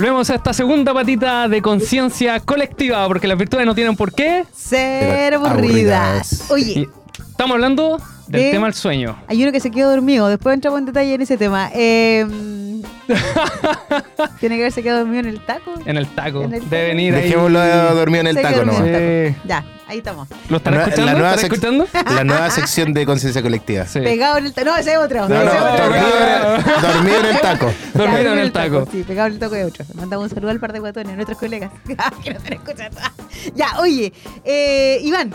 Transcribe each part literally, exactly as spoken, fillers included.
Volvemos a esta segunda patita de conciencia colectiva, porque las virtudes no tienen por qué ser aburridas. Oye, y estamos hablando del de... tema del sueño. Hay uno que se quedó dormido, después entramos en detalle en ese tema. Eh... Tiene que haberse quedado dormido en el taco. En el taco. En el Debe venir ahí. Dejémoslo dormido en el Se taco quedó nomás. dormido en el Sí. taco. Ya, ahí estamos. ¿Lo están La- escuchando? la nueva ¿Están sec- escuchando? La nueva sección de conciencia colectiva. Sí. Pegado en el taco. No, ese es otro. No, ese no, es otro. dormido, en- dormido en el taco. Ya, Dormido en el taco. Sí, pegado en el taco de otro. Mandamos un saludo al par de guatones, a nuestros colegas que nos están escuchando. Ya, oye, eh, Iván,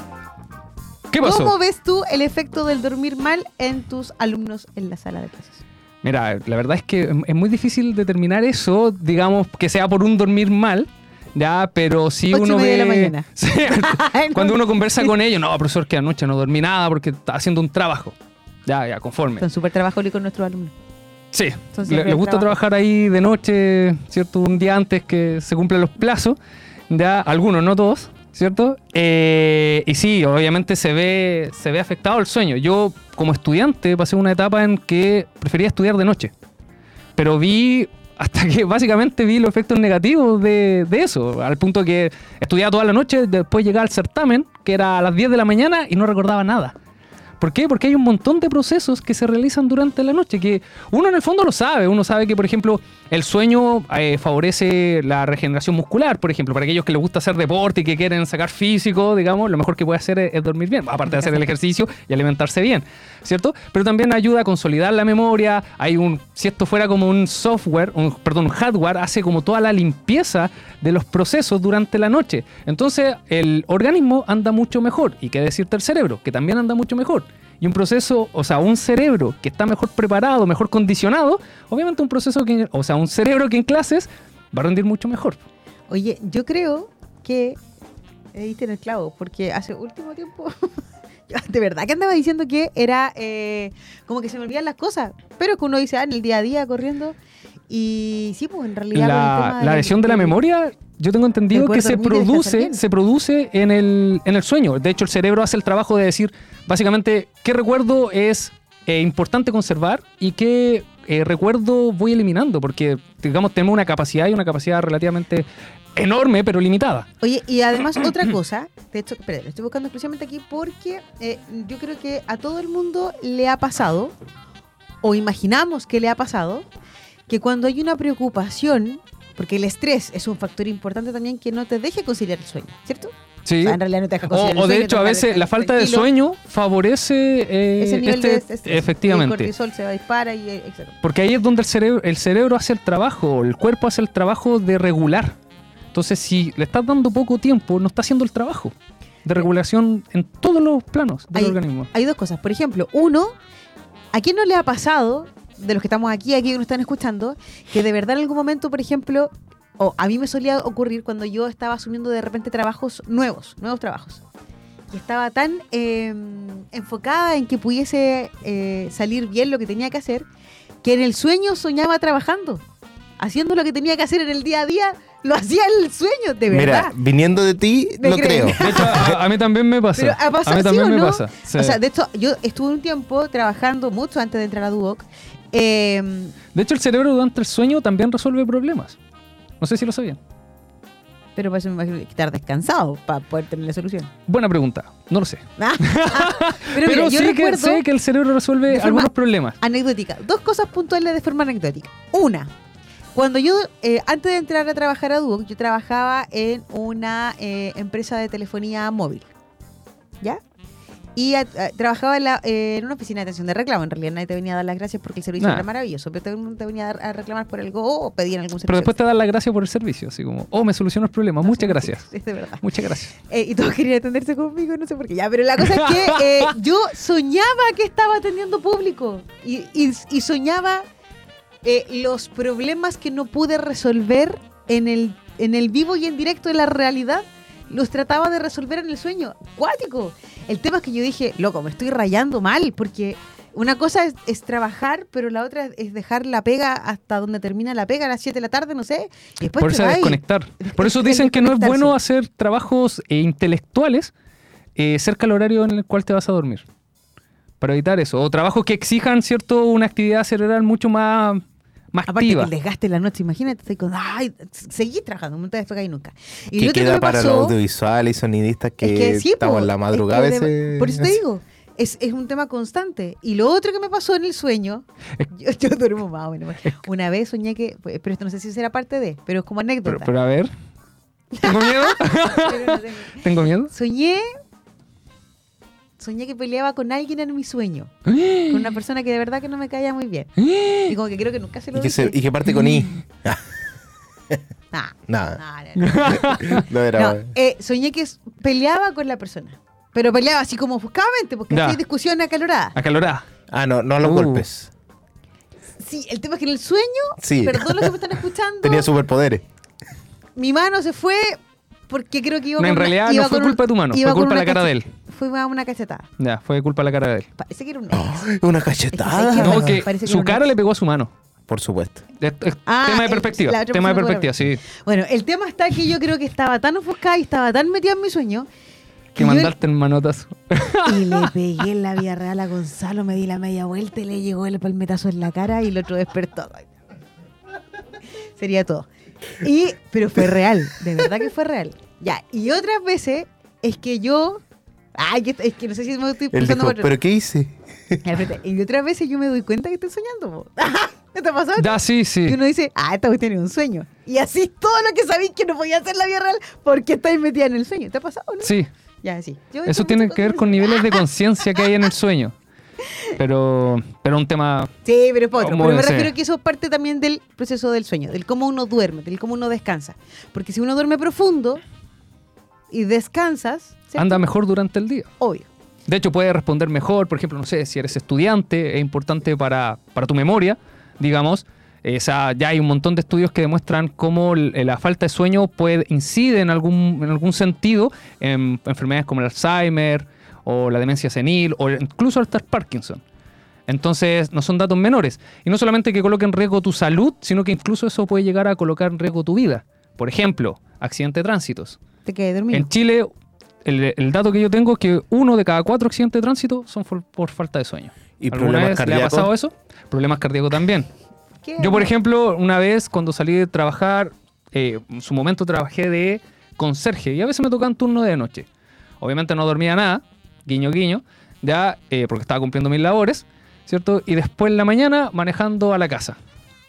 ¿Qué pasó? ¿cómo ves tú el efecto del dormir mal en tus alumnos en la sala de clases? Mira, la verdad es que es muy difícil determinar eso, digamos, que sea por un dormir mal, ya, pero si Ocho y uno media ve... de la mañana. Sí, cuando uno conversa con ellos, no, profesor, que anoche no dormí nada porque estaba haciendo un trabajo. Ya, ya, conforme. Son súper trabajólicos nuestros alumnos. Sí, Son le, siempre le gusta trabajo. trabajar ahí de noche, ¿cierto? Un día antes que se cumplan los plazos, ya, algunos, no todos, ¿cierto? Eh, y sí, obviamente se ve, se ve afectado el sueño. Yo, como estudiante, pasé una etapa en que prefería estudiar de noche, pero vi, hasta que básicamente vi los efectos negativos de, de eso, al punto que estudiaba toda la noche, después llegaba al certamen, que era a las diez de la mañana, y no recordaba nada. ¿Por qué? Porque hay un montón de procesos que se realizan durante la noche, que uno en el fondo lo sabe. Uno sabe que, por ejemplo, el sueño eh, favorece la regeneración muscular, por ejemplo. Para aquellos que les gusta hacer deporte y que quieren sacar físico, digamos, lo mejor que puede hacer es, es dormir bien, aparte de hacer el ejercicio y alimentarse bien, ¿cierto? Pero también ayuda a consolidar la memoria. Hay un, si esto fuera como un software, un, perdón, un hardware, hace como toda la limpieza de los procesos durante la noche. Entonces, el organismo anda mucho mejor. Y qué decirte el cerebro, que también anda mucho mejor. Y un proceso, o sea, un cerebro que está mejor preparado, mejor condicionado, obviamente un proceso que, o sea, un cerebro que en clases va a rendir mucho mejor. Oye, yo creo que eh, diste en el clavo, porque hace último tiempo, yo de verdad que andaba diciendo que era eh, como que se me olvidan las cosas, pero que uno dice, ah, en el día a día corriendo, y sí, pues en realidad... con el La, tema la del- lesión de la del- memoria, yo tengo entendido de poder que se dormir y descansar produce, bien. se produce en el, en el sueño. De hecho, el cerebro hace el trabajo de decir, básicamente, qué recuerdo es eh, importante conservar y qué eh, recuerdo voy eliminando, porque, digamos, tenemos una capacidad y una capacidad relativamente enorme, pero limitada. Oye, y además otra cosa, de hecho, espera, lo estoy buscando exclusivamente aquí porque eh, yo creo que a todo el mundo le ha pasado, o imaginamos que le ha pasado, que cuando hay una preocupación, porque el estrés es un factor importante también que no te deje conciliar el sueño, ¿cierto? Sí. O sea, en realidad no te deja O, conciliar el o de sueño, hecho, te a deja veces descansar la falta de tranquilo, sueño favorece eh, ese nivel este- de estrés, el efectivamente. cortisol se va a disparar y eh, etcétera. Porque ahí es donde el cerebro, el cerebro hace el trabajo, el cuerpo hace el trabajo de regular. Entonces, si le estás dando poco tiempo, no está haciendo el trabajo de regulación en todos los planos del Hay- organismo. Hay dos cosas. Por ejemplo, uno, ¿a quién no le ha pasado, de los que estamos aquí, aquí que nos están escuchando, que de verdad en algún momento, por ejemplo, o a mí me solía ocurrir cuando yo estaba asumiendo de repente trabajos nuevos, nuevos trabajos, y estaba tan eh, enfocada en que pudiese eh, salir bien lo que tenía que hacer, que en el sueño soñaba trabajando, haciendo lo que tenía que hacer en el día a día, lo hacía en el sueño, de verdad. Mira, viniendo de ti, ¿Me lo creen? creo. De hecho, a, a mí también me pasa. Pero ha pasado, a mí también ¿sí o me no? pasa. Sí. O sea, de hecho, yo estuve un tiempo trabajando mucho antes de entrar a Duoc. Eh, De hecho, el cerebro durante el sueño también resuelve problemas. No sé si lo sabían. pero para eso me imagino que estar descansado para poder tener la solución. Buena pregunta. No lo sé. Ah, pero, Pero, mira, yo sí que recuerdo, sé que el cerebro resuelve de forma- algunos problemas. anecdótica, dos cosas puntuales de forma anecdótica. Una, cuando yo, eh, antes de entrar a trabajar a Duoc, yo trabajaba en una eh, empresa de telefonía móvil. ¿Ya? Y a- a- trabajaba en, la- eh, en una oficina de atención de reclamo. En realidad nadie te venía a dar las gracias porque el servicio Nah. era maravilloso. Pero te, te venía a, dar- a reclamar por algo o pedían algún servicio. Pero después te dan las gracias por el servicio. Así como, oh, me solucionó el problema. Muchas gracias. Es de verdad. Muchas gracias. Eh, y todos querían atenderse conmigo, no sé por qué. Ya, pero la cosa es que eh, yo soñaba que estaba atendiendo público. Y, y- y soñaba eh, los problemas que no pude resolver en el, en el vivo y en directo, en la realidad. Los trataba de resolver en el sueño. ¡Cuático! El tema es que yo dije, loco, me estoy rayando mal, porque una cosa es, es trabajar, pero la otra es, es dejar la pega hasta donde termina la pega, a las siete de la tarde, no sé, y después Por te eso vas. desconectar. Por eso El dicen que no es desconectarse. bueno hacer trabajos eh, intelectuales eh, cerca del horario en el cual te vas a dormir. Para evitar eso. O trabajos que exijan, ¿cierto?, una actividad cerebral mucho más, más Aparte activa. que el desgaste en la noche, imagínate, estoy con, ay, seguís trabajando, no te despegáis nunca. Y Que lo otro queda me para pasó los audiovisuales y sonidistas que, es que sí, estamos po, en la madrugada es a que de- veces. por eso te digo, es, es un tema constante. Y lo otro que me pasó en el sueño, yo, yo duermo más o menos. Una vez soñé que, pues, pero esto no sé si será parte de, pero es como Pero, anécdota. pero a ver. ¿Tengo miedo? Pero no tengo- ¿Tengo miedo? Soñé, soñé que peleaba con alguien en mi sueño, con una persona que de verdad que no me caía muy bien. Y como que creo que nunca se lo Y que, se- dije. y que parte con I. Nah, Nada. no, no, no. No era. No, eh, soñé que s- peleaba con la persona. Pero peleaba así como ofuscadamente, porque Ya. hacía discusión acalorada. Acalorada. Ah, no, no a los Uh. golpes. Sí, el tema es que en el sueño, Sí. perdón los que me están escuchando, Tenía superpoderes. mi mano se fue porque creo que iba No, con en una- realidad iba no fue con un- culpa de tu mano, iba fue con culpa de una la cara de él. cache- Fue a una cachetada. Ya, fue culpa de la cara de él. Parece que era un Oh, ex. una Es que cachetada. sé que- No, Parece- que parece que su era un cara ex. le pegó a su mano. Por supuesto. Es- es Ah, tema de el- perspectiva. la otra Tema de persona perspectiva, fue sí. Bueno, el tema está que yo creo que estaba tan ofuscada y estaba tan metida en mi sueño Que yo- mandarte en manotas. y le pegué en la vía real a Gonzalo, me di la media vuelta y le llegó el palmetazo en la cara y el otro despertó. Sería todo. Y, pero fue real, de verdad que fue real. Ya, y otras veces es que yo. Ay, que, es que no sé si me estoy Él pulsando dijo, por- ¿pero qué hice? Ya, espérate, y otras veces yo me doy cuenta que estoy soñando. Po. ¿Qué te ha pasado? Ya, sí, Y sí. uno dice, ah, esta cuestión es un sueño. Y así todo lo que sabéis que no podía hacer en la vida real porque estáis metida en el sueño. ¿Te ha pasado, no? Sí. Ya, sí. Yo he Eso hecho tiene muchas que ver cosas con en el niveles de conciencia que hay en el sueño. Pero, pero un tema. Sí, pero es para otro. ¿Cómo Pero me debe ser? refiero que eso es parte también del proceso del sueño, del cómo uno duerme, del cómo uno descansa. Porque si uno duerme profundo y descansas, ¿cierto? Anda mejor durante el día. Obvio. De hecho, puede responder mejor. Por ejemplo, no sé, si eres estudiante, es importante para, para tu memoria, digamos. Eh, o sea, ya hay un montón de estudios que demuestran cómo l- la falta de sueño puede incide en algún, en algún sentido en enfermedades como el Alzheimer o la demencia senil o incluso hasta el Parkinson. Entonces, no son datos menores. Y no solamente que coloque en riesgo tu salud, sino que incluso eso puede llegar a colocar en riesgo tu vida. Por ejemplo, accidentes de tránsitos. Te quedé dormido. En Chile, el, el dato que yo tengo es que uno de cada cuatro accidentes de tránsito son por, por falta de sueño. ¿Y ¿Alguna problemas vez le ha cardíacos? pasado eso? Problemas cardíacos también. ¿Qué? Yo, por ejemplo, una vez cuando salí de trabajar, eh, en su momento trabajé de conserje y a veces me tocaban turno de noche. Obviamente no dormía nada, guiño guiño, ya eh, porque estaba cumpliendo mis labores, ¿cierto? Y después en la mañana manejando a la casa.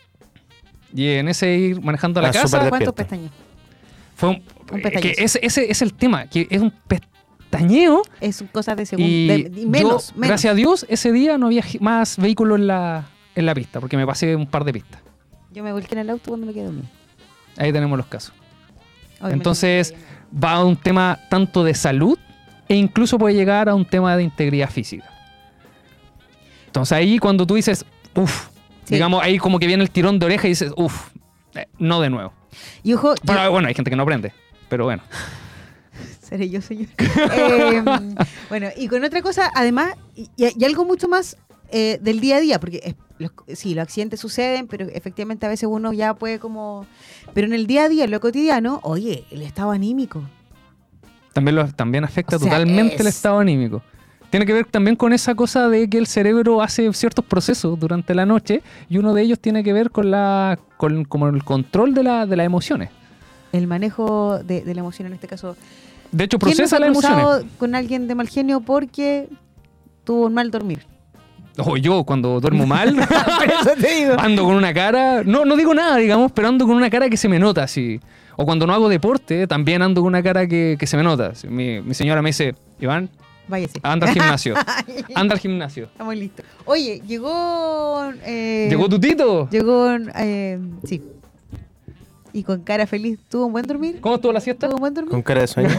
Y en ese ir manejando a la Ah, casa súper ¿Cuántos despierto. pestañas? fue un, Un eh, pestañazo. que ese, ese es el tema, que es un pestañeo Es cosas de segundo. y, de- y menos, yo, menos. gracias a Dios, ese día no había gi- más vehículos en la, en la pista, porque me pasé un par de pistas. Yo me volqué en el auto cuando me quedé dormido. Ahí tenemos los casos. Obviamente Entonces, no me quedé va a un tema tanto de salud e incluso puede llegar a un tema de integridad física. Entonces ahí cuando tú dices, uff, Sí. digamos, ahí como que viene el tirón de oreja y dices, uff, no de nuevo. Y ojo, yo- Pero bueno, hay gente que no aprende, pero bueno. seré yo, señor. Eh, bueno, y con otra cosa, además, y, y algo mucho más eh, del día a día, porque es- los, sí, los accidentes suceden, pero efectivamente a veces uno ya puede como... Pero en el día a día, en lo cotidiano, oye, el estado anímico. También, lo, también afecta O sea, totalmente el es- estado anímico. Tiene que ver también con esa cosa de que el cerebro hace ciertos procesos durante la noche y uno de ellos tiene que ver con la con como el control de, la, de las emociones. El manejo de, de la emoción en este caso. De hecho, ¿Quién no se procesa ha las emociones. cruzado con alguien de mal genio porque tuvo un mal dormir? O yo, cuando duermo mal, Por eso te digo. ando con una cara... No, no digo nada, digamos, pero ando con una cara que se me nota, así. O cuando no hago deporte, también ando con una cara que, que se me nota. Mi, mi señora me dice, Iván, Váyase. anda al gimnasio. Anda al gimnasio. Estamos listos. Oye, llegó... eh, ¿Llegó tu tito? Llegó... eh, sí. Y con cara feliz. ¿Tuvo un buen dormir? ¿Cómo estuvo la siesta? ¿Tuvo un buen dormir? Con cara de sueño.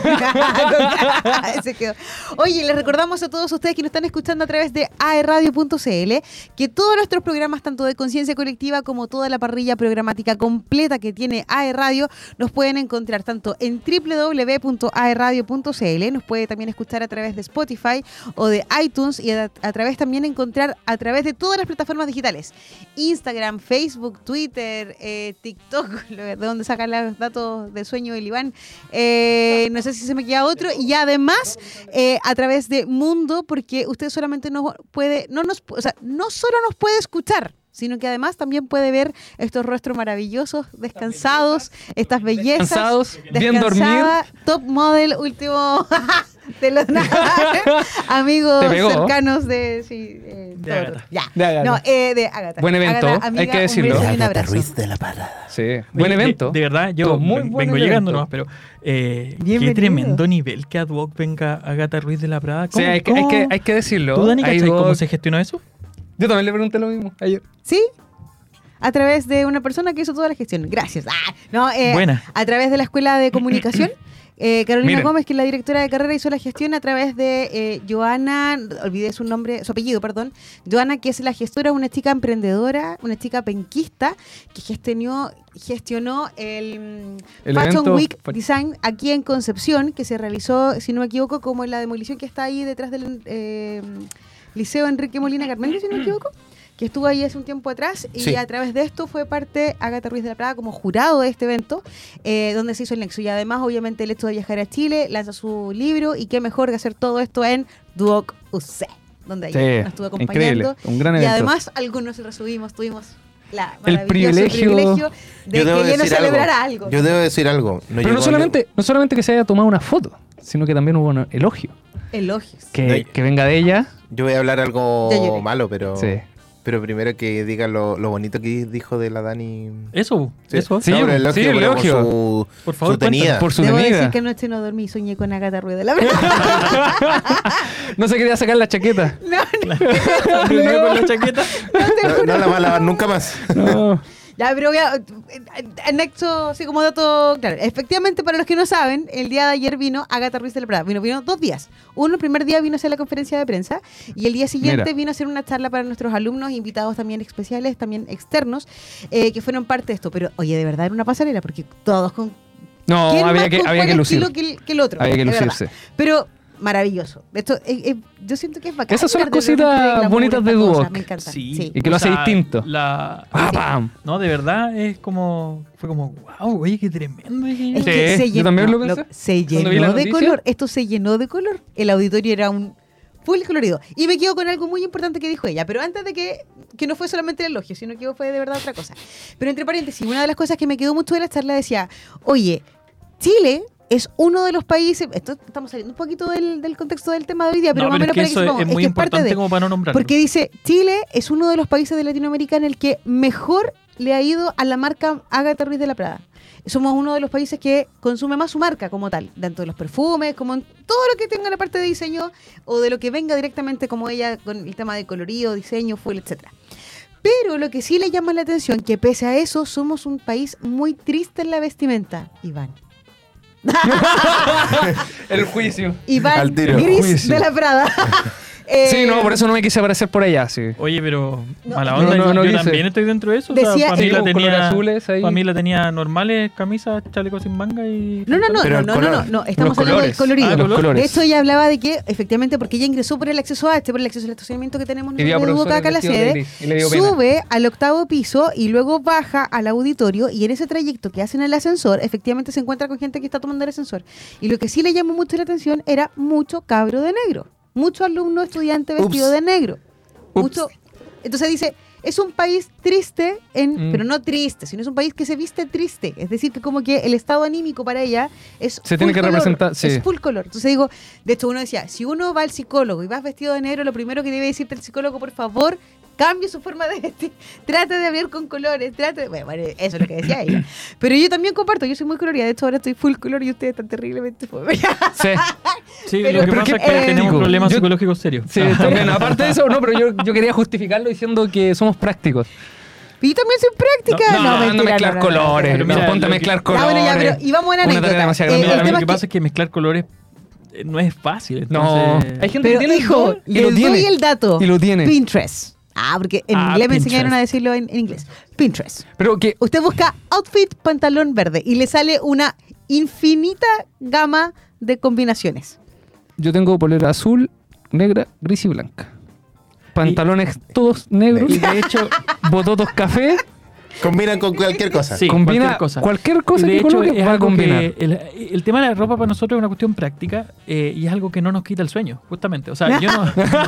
Se quedó. Oye, les recordamos a todos ustedes que nos están escuchando a través de a e radio punto c l que todos nuestros programas, tanto de conciencia colectiva como toda la parrilla programática completa que tiene A E Radio, nos pueden encontrar tanto en doble u doble u doble u punto a e radio punto c l, nos puede también escuchar a través de Spotify o de iTunes y a, a través también encontrar a través de todas las plataformas digitales. Instagram, Facebook, Twitter, eh, TikTok, lo- de donde sacan los datos de sueño del Iván. Eh, no sé si se me queda otro. Y además, eh, a través de Mundo, porque usted solamente no puede, no nos, o sea, no solo nos puede escuchar, sino que además también puede ver estos rostros maravillosos, descansados, estas bellezas. Cansados, bien dormir. descansada, top model, último de los amigos Te pegó. cercanos de, sí, eh, De todo. Agatha. Ya. De Agatha. No, eh, de Agatha. Buen evento, Agatha, hay amiga, que un decirlo. beso y un Agatha abrazo. Ruiz de la Parada. Sí, Oye, buen de- evento. De, verdad, yo Todo muy ven- buen vengo evento. llegando nomás, pero eh, qué Bienvenido. tremendo nivel que ad hoc venga Agatha Ruiz de la Prada. Sí, ¿Cómo- hay que, hay, cómo- que, hay que decirlo. ¿Tú, Dani, Hay cachai cómo dos- se gestionó eso? Yo también le pregunté lo mismo ayer. ¿Sí? A través de una persona que hizo toda la gestión. Gracias. Ah, no, eh, Buena. A través de la Escuela de Comunicación. eh, Carolina Miren. Gómez, que es la directora de carrera, hizo la gestión a través de eh, Joana, olvidé su nombre, su apellido, perdón. Joana, que es la gestora, una chica emprendedora, una chica penquista, que gestionó, gestionó el, mm, El Fashion evento Week fue- Design aquí en Concepción, que se realizó, si no me equivoco, como en la demolición que está ahí detrás del eh, Liceo Enrique Molina Carmelo, si no me equivoco, que estuvo ahí hace un tiempo atrás, y Sí. a través de esto fue parte Agatha Ruiz de la Prada como jurado de este evento, eh, donde se hizo el nexo. Y además, obviamente, el hecho de viajar a Chile, lanza su libro, y qué mejor que hacer todo esto en Duoc U C, donde Sí, ella nos estuvo increíble, acompañando. un gran Y evento. además, algunos se resubimos, tuvimos la El maravilloso privilegio- privilegio de Yo debo que ella nos decir celebrara algo. Yo debo decir algo. Pero llegó no solamente, no solamente que se haya tomado una foto, sino que también hubo un elogio. Elogios. Que, No, que venga de ella. Yo voy a hablar algo Ya lloré. malo, pero Sí. pero primero que diga lo, lo bonito que dijo de la Dani. Eso, Sí. eso. Sí, No, pero el elogio, sí, el pero por elogio. su, Por favor, su tenida. Por su Debo tenida. decir que anoche no dormí y soñé con Agatha Ruiz de la Prada. No se quería sacar la chaqueta. no, no, Durmió con la chaqueta. no te No, juro. no la va a lavar nunca más. No. Ya, pero voy a. Anexo, así como dato. Claro, efectivamente, para los que no saben, el día de ayer vino Agatha Ruiz de la Prada. Vino, vino dos días. Uno, el primer día vino a hacer la conferencia de prensa. Y el día siguiente Mira. vino a hacer una charla para nuestros alumnos, invitados también especiales, también externos, eh, que fueron parte de esto. Pero, oye, de verdad era una pasarela, porque todos con. No, ¿quién había más que, con había cuál que lucir. estilo Que el, que el otro. Había que de verdad. lucirse. Pero maravilloso. De hecho, eh, eh, yo siento que es bacán. Esas son las hablar de cositas repente glamour, bonitas de estas cosas, Duoc. Me encanta. Sí. Sí. Y que lo hace distinto. La, ¡Ah, pam! no, de verdad es como. Fue como, wow, oye, qué tremendo. dije yo. Es Sí, que se yo llenó, también lo lo- pensé. se Cuando vi la llenó de noticia. color. Esto se llenó de color. El auditorio era un full colorido. Y me quedo con algo muy importante que dijo ella. Pero antes de que, que no fue solamente el elogio, sino que fue de verdad otra cosa. Pero entre paréntesis, una de las cosas que me quedó mucho de la charla decía, oye, Chile es uno de los países, esto estamos saliendo un poquito del, del contexto del tema de hoy día, pero No, más o pero menos es que para que eso sepamos, es muy que parte importante de- como para no nombrarlo. porque dice, Chile es uno de los países de Latinoamérica en el que mejor le ha ido a la marca Agatha Ruiz de la Prada. Somos uno de los países que consume más su marca como tal, tanto de los perfumes, como en todo lo que tenga la parte de diseño o de lo que venga directamente como ella con el tema de colorido, diseño, full, etcétera. Pero lo que sí le llama la atención, que pese a eso, somos un país muy triste en la vestimenta, Iván. El juicio. Iván Al tiro. Gris Juicio. de la Prada. Eh, Sí, no, por eso no me quise aparecer por allá, sí. Oye, pero No, mala no, onda, no, yo, no yo dice. también estoy dentro de eso. Decía- o sea, para Sí, mí la con colores tenía, azules ahí. para mí la tenía normales, camisas, chalecos sin manga y... No, no, no, Pero no, el no, no, color. no, no, estamos Los hablando del colores. colorido. Ah, los colores. De hecho, ella hablaba de que, efectivamente, porque ella ingresó por el acceso a este, por el acceso al estacionamiento que tenemos Y vi a nosotros de Duoc profesores acá en la vestidos de sede, gris, y le dio pena. sube al octavo piso y luego baja al auditorio, y en ese trayecto que hacen el ascensor, efectivamente se encuentra con gente que está tomando el ascensor. Y lo que sí le llamó mucho la atención era mucho cabro de negro, mucho alumno estudiante vestido Ups. de negro. Ups. Mucho. Entonces dice, es un país triste, en, Mm. pero no triste, sino es un país que se viste triste. Es decir, que como que el estado anímico para ella es Se full tiene que color, representar, sí. es full color. Entonces digo, de hecho uno decía, si uno va al psicólogo y vas vestido de negro, lo primero que debe decirte el psicólogo, por favor, cambie su forma de vestir, trate de hablar con colores, trate de... Bueno, bueno, eso es lo que decía ella. Pero yo también comparto, yo soy muy colorida, de hecho ahora estoy full color y ustedes están terriblemente fome. Sí, Sí, Pero- lo que pero pasa qué es que tenemos práctico. problemas Yo- psicológicos serios. sí, también. Aparte de eso, no, pero yo, yo quería justificarlo diciendo que somos prácticos. Y yo también soy práctica. No, no, anda a mentira, mezclar no, no, no, no, colores. Pero no, mira, ponte a lo que- mezclar Ya, colores. bueno, ya, pero y vamos a una Una anécdota. tarea demasiado Eh, grande. el Mira, tema lo que es que- pasa es que mezclar colores eh, no es fácil. No, Entonces... hay gente Pero que tiene el hijo, don y le lo doy tiene. el dato. Y lo tiene. Pinterest. Ah, porque en Ah, inglés me Pinterest. enseñaron a decirlo en, en inglés. Pinterest. Pero que Usted busca outfit pantalón verde y le sale una infinita gama de combinaciones. yo tengo polera azul, negra, gris y blanca. Pantalones todos negros. Y de hecho, bototos café Combinan con cualquier cosa. Sí, Combina cualquier cosa. cualquier cosa de que hecho, coloques es va a algo combinar. que el, el tema de la ropa para nosotros es una cuestión práctica eh, y es algo que no nos quita el sueño, justamente. O sea, yo no,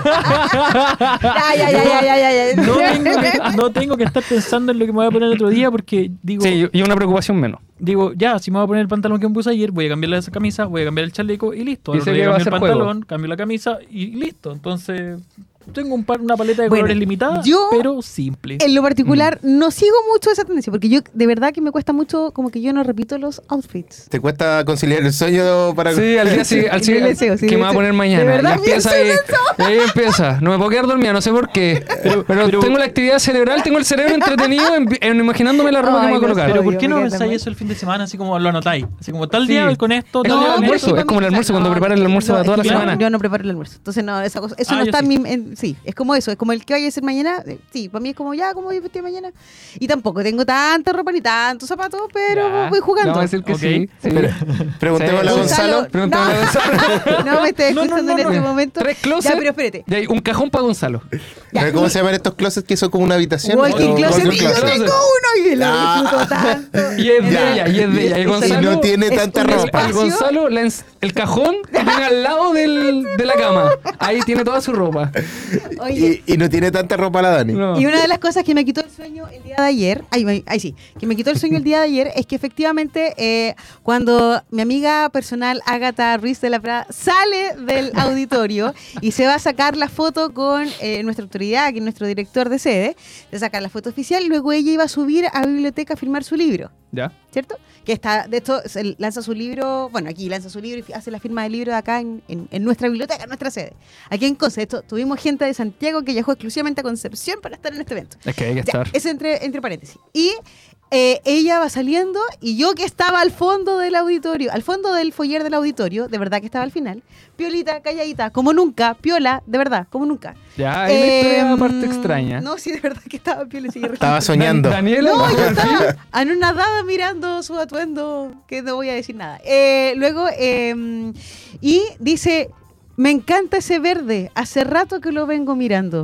Ya, ya, ya, ya, ya, ya, ya. no, tengo que, no tengo que estar pensando en lo que me voy a poner el otro día porque digo, Sí, y una preocupación menos. digo, ya, si me voy a poner el pantalón que me puse ayer, voy a cambiarle esa camisa, voy a cambiar el chaleco y listo. Y Al otro ese día día va a cambio el ser pantalón, juego. cambio la camisa y listo. Entonces, tengo un par, una paleta de Bueno, colores limitada, yo- pero simple. En lo particular, no sigo mucho esa tendencia, porque yo de verdad que me cuesta mucho, como que yo no repito los outfits. ¿Te cuesta conciliar el sueño para...? Sí, al día siguiente, al Sí, siguiente- le deseo, sí, que le me va a deseo. poner De mañana. verdad Y empieza ahí, y ahí empieza. No me puedo quedar dormida, no sé por qué. Pero, pero- tengo la actividad cerebral, tengo el cerebro entretenido en, en imaginándome la ropa Ay, que me voy a no colocar. sé. Pero ¿por Odio, qué no me queda pensáis mal. eso el fin de semana, así como lo anotáis? Así como tal Sí. día voy con esto, tal Es como día el con almuerzo, esto. es como el almuerzo cuando preparan el almuerzo para toda la es que yo- semana. Yo no preparo el almuerzo. Entonces, no, esa cosa, eso Ah, no yo está sí. en mi. en- sí, es como eso, es como el que vaya a ser mañana. eh, Sí, para mí es como ya, como voy a vestir mañana. Y tampoco tengo tanta ropa ni tantos zapatos, pero Ya, voy jugando. Vamos a decir que Ok. sí. sí. Preguntémosle a Sí. Gonzalo. Pregúntale a Gonzalo. No, me estoy No, no, escuchando no, en no. este momento. Tres closets. Ya, pero espérate. Y hay un cajón para Gonzalo. Ya. ¿Cómo se llaman estos closets que son como una habitación? Walking O- closet. walking Y yo closet. tengo uno y lo Ah. disfruto tanto. Y es de Ya. ella, y es de ella. Y Y Gonzalo, no tiene es tanta un ropa. el espacio- Gonzalo, la ens- el cajón que tiene al lado del, de la cama. Ahí tiene toda su ropa. Oye, Y, y no tiene tanta ropa la Dani. No. y una de las cosas que me quitó el sueño el día de ayer, ay, ay, ay, sí, que me quitó el sueño el día de ayer es que efectivamente eh, cuando mi amiga personal Agatha Ruiz de la Prada sale del auditorio y se va a sacar la foto con eh, nuestra autoridad, que es nuestro director de sede, de sacar la foto oficial, luego ella iba a subir a biblioteca a firmar su libro. ¿Ya? ¿Cierto? Que está, de esto, se lanza su libro, bueno, aquí lanza su libro y hace la firma del libro de acá en, en- en nuestra biblioteca, en nuestra sede. Aquí en Conce, esto, tuvimos gente de Santiago que viajó exclusivamente a Concepción para estar en este evento. Es que hay que Ya, estar. eso entre, entre paréntesis. Y eh, ella va saliendo y yo que estaba al fondo del auditorio, al fondo del foyer del auditorio, de verdad que estaba al final, piolita, calladita, como nunca, piola, de verdad, como nunca. Ya, hay una historia Em, aparte extraña. No, sí, de verdad que estaba piola y seguía Estaba soñando. Dan- Daniela. no, yo estaba anonadada mirando su atuendo, que no voy a decir nada. Eh, luego, eh, y dice, me encanta ese verde, hace rato que lo vengo mirando.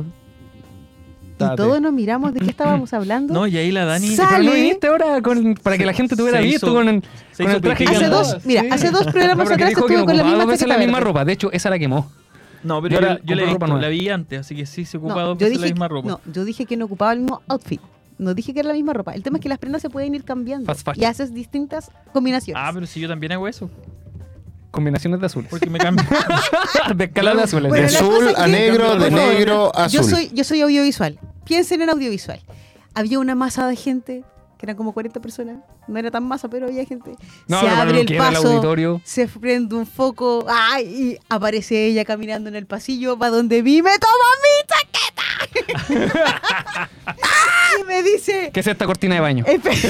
Y Date. todos nos miramos de qué estábamos hablando. No, y ahí la Dani... Sa- Pero no sale- viniste ahora con, para que la gente te hubiera Se visto hizo- con, el- se con hizo el traje pipí que hace andaba. dos, mira, Sí. hace dos No, programas porque atrás dijo que estuve no con la ocupaba misma dos veces chaqueta la misma verde. ropa. De hecho, esa la quemó. No, pero Yo yo, ahora yo la, he compro visto, ropa nueva. la vi antes, así que sí se ocupaba No, dos yo veces dije, la misma ropa. no, yo dije que no ocupaba el mismo outfit. No dije que era la misma ropa. El tema es que las prendas se pueden ir cambiando Fast fashion. y haces distintas combinaciones. Ah, pero si yo también hago eso, Combinaciones de azules. porque me cambio. de escala de azules. De Bueno, la azul cosa es a que- negro, de Por favor, negro a Yo azul. soy, yo soy audiovisual. Piensen en audiovisual. Había una masa de gente, que eran como cuarenta personas. No era tan masa, pero había gente. No, se pero para abre lo el que era el paso, auditorio. se prende un foco, ¡ay! Y aparece ella caminando en el pasillo, va donde vi, me toma mi chaqueta. Y me dice, ¿Qué es esta cortina de baño? Espe-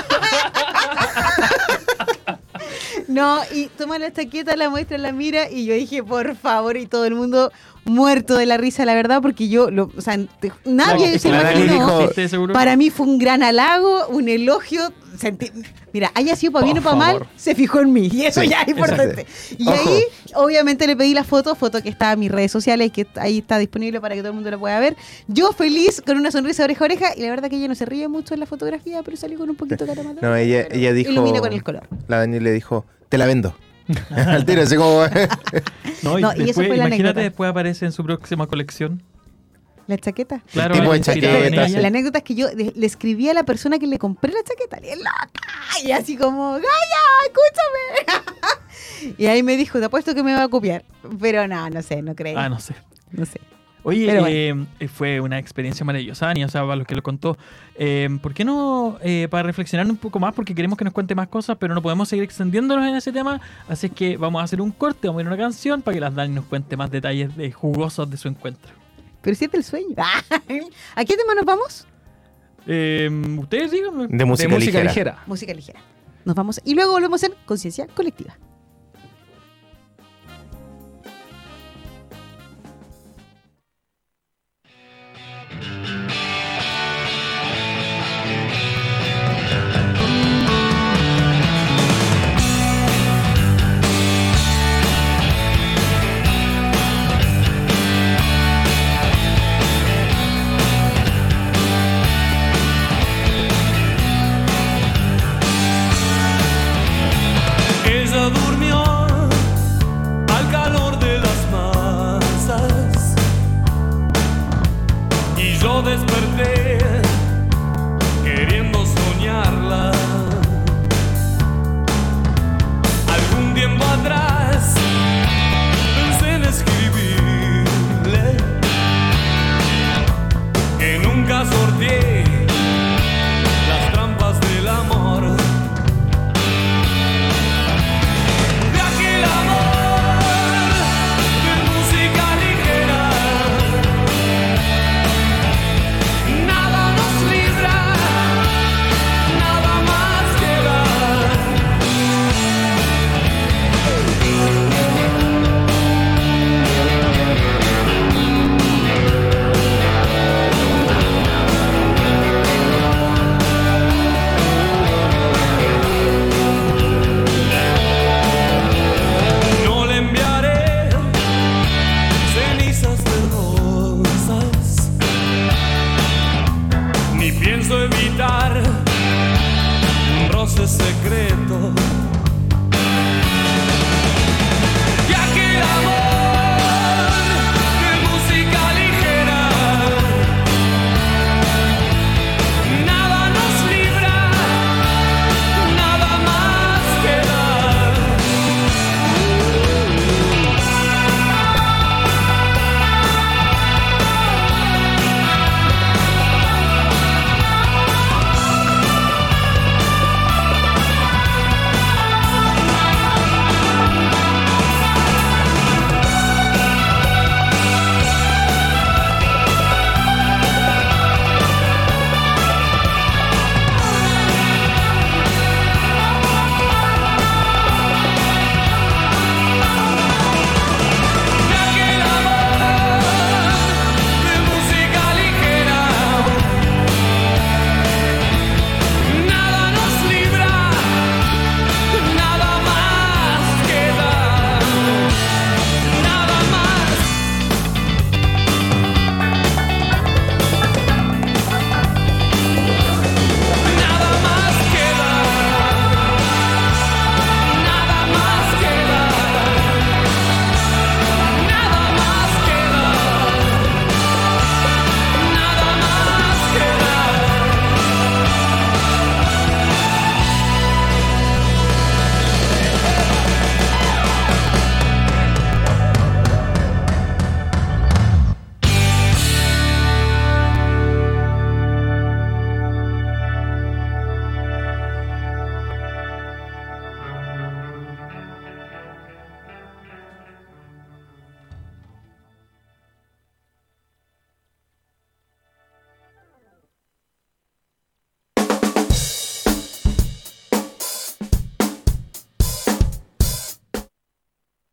No, y toma la chaqueta, la muestra, la mira y yo dije, por favor, y todo el mundo muerto de la risa, la verdad, porque yo, lo, o sea, te- nadie No, se la Dani imaginó. dijo- ¿Existe seguro? Para mí fue un gran halago, un elogio. Sentí- mira, haya sido para Por bien o para mal, favor. se fijó en mí. Y eso Sí, ya es importante. Y Ojo. ahí, obviamente, le pedí la foto, foto que está en mis redes sociales, que ahí está disponible para que todo el mundo la pueda ver. Yo feliz, con una sonrisa oreja a oreja, y la verdad que ella no se ríe mucho en la fotografía, pero salió con un poquito de cara mala. No, ella, ella dijo... Ilumina con el color. La Dani le dijo, te la vendo. Al tiro, así como... No, y, No, y eso después, fue la imagínate, anécdota. después aparece en su próxima colección. La chaqueta. Claro, tipo de inspirado en chaqueta, ella. sí. La anécdota es que yo de- le escribí a la persona que le compré la chaqueta, le dije, loca, y así como, Gaya, escúchame. Y ahí me dijo, te apuesto que me va a copiar. Pero no, no sé, no creo. Ah, no sé. No sé. Oye, Pero eh, fue una experiencia maravillosa, Ani, o sea, para los que lo contó. Eh, ¿Por qué no, eh, para reflexionar un poco más, porque queremos que nos cuente más cosas, pero no podemos seguir extendiéndonos en ese tema, así que vamos a hacer un corte, vamos a ir a una canción para que las Dani nos cuente más detalles de jugosos de su encuentro. Pero siente el sueño. ¿A qué tema nos vamos? Eh, Ustedes díganme. De música, de música ligera. ligera. Música ligera. Nos vamos y luego volvemos en Conciencia Colectiva.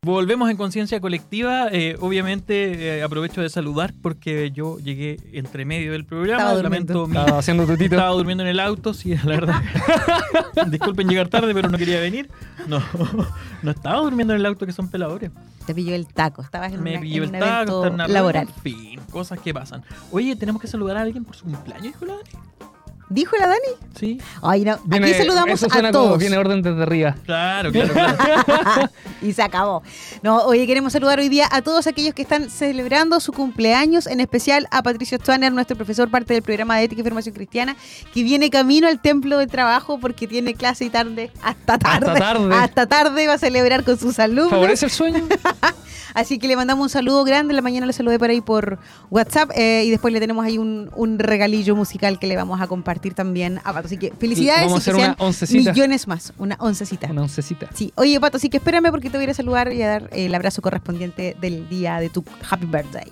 Volvemos en conciencia colectiva. Eh, obviamente eh, aprovecho de saludar porque yo llegué entre medio del programa. Estaba durmiendo. Lamento mi- Estaba haciendo tutito. Estaba durmiendo en el auto, sí, la verdad. Disculpen llegar tarde, pero no quería venir. No, no estaba durmiendo en el auto, que son peladores. Te pilló el taco. Estabas en, Me una- pilló en el un taco, evento está en una laboral. En fin, cosas que pasan. Oye, tenemos que saludar a alguien por su cumpleaños, hijo de la Dani. ¿Dijo la Dani? Sí, Ay, no. Viene- Aquí saludamos eso suena a como todos. viene orden desde arriba. claro, claro, claro. Y se acabó. No, oye, queremos saludar hoy día a todos aquellos que están celebrando su cumpleaños, en especial a Patricio Stoner, nuestro profesor, parte del programa de Ética y Formación Cristiana, que viene camino al templo de trabajo porque tiene clase y tarde, hasta tarde. Hasta tarde. Hasta tarde va a celebrar con sus alumnos. ¿Favorece el sueño? Así que le mandamos un saludo grande. En la mañana le saludé por ahí por WhatsApp eh, y después le tenemos ahí un, un regalillo musical que le vamos a compartir también a Pato. Así que felicidades Vamos a y que hacer sean una oncecita. millones más. Una oncecita. Una oncecita. Sí, oye Pato, así que espérame porque te voy a ir a saludar y a dar el abrazo correspondiente del día de tu happy birthday.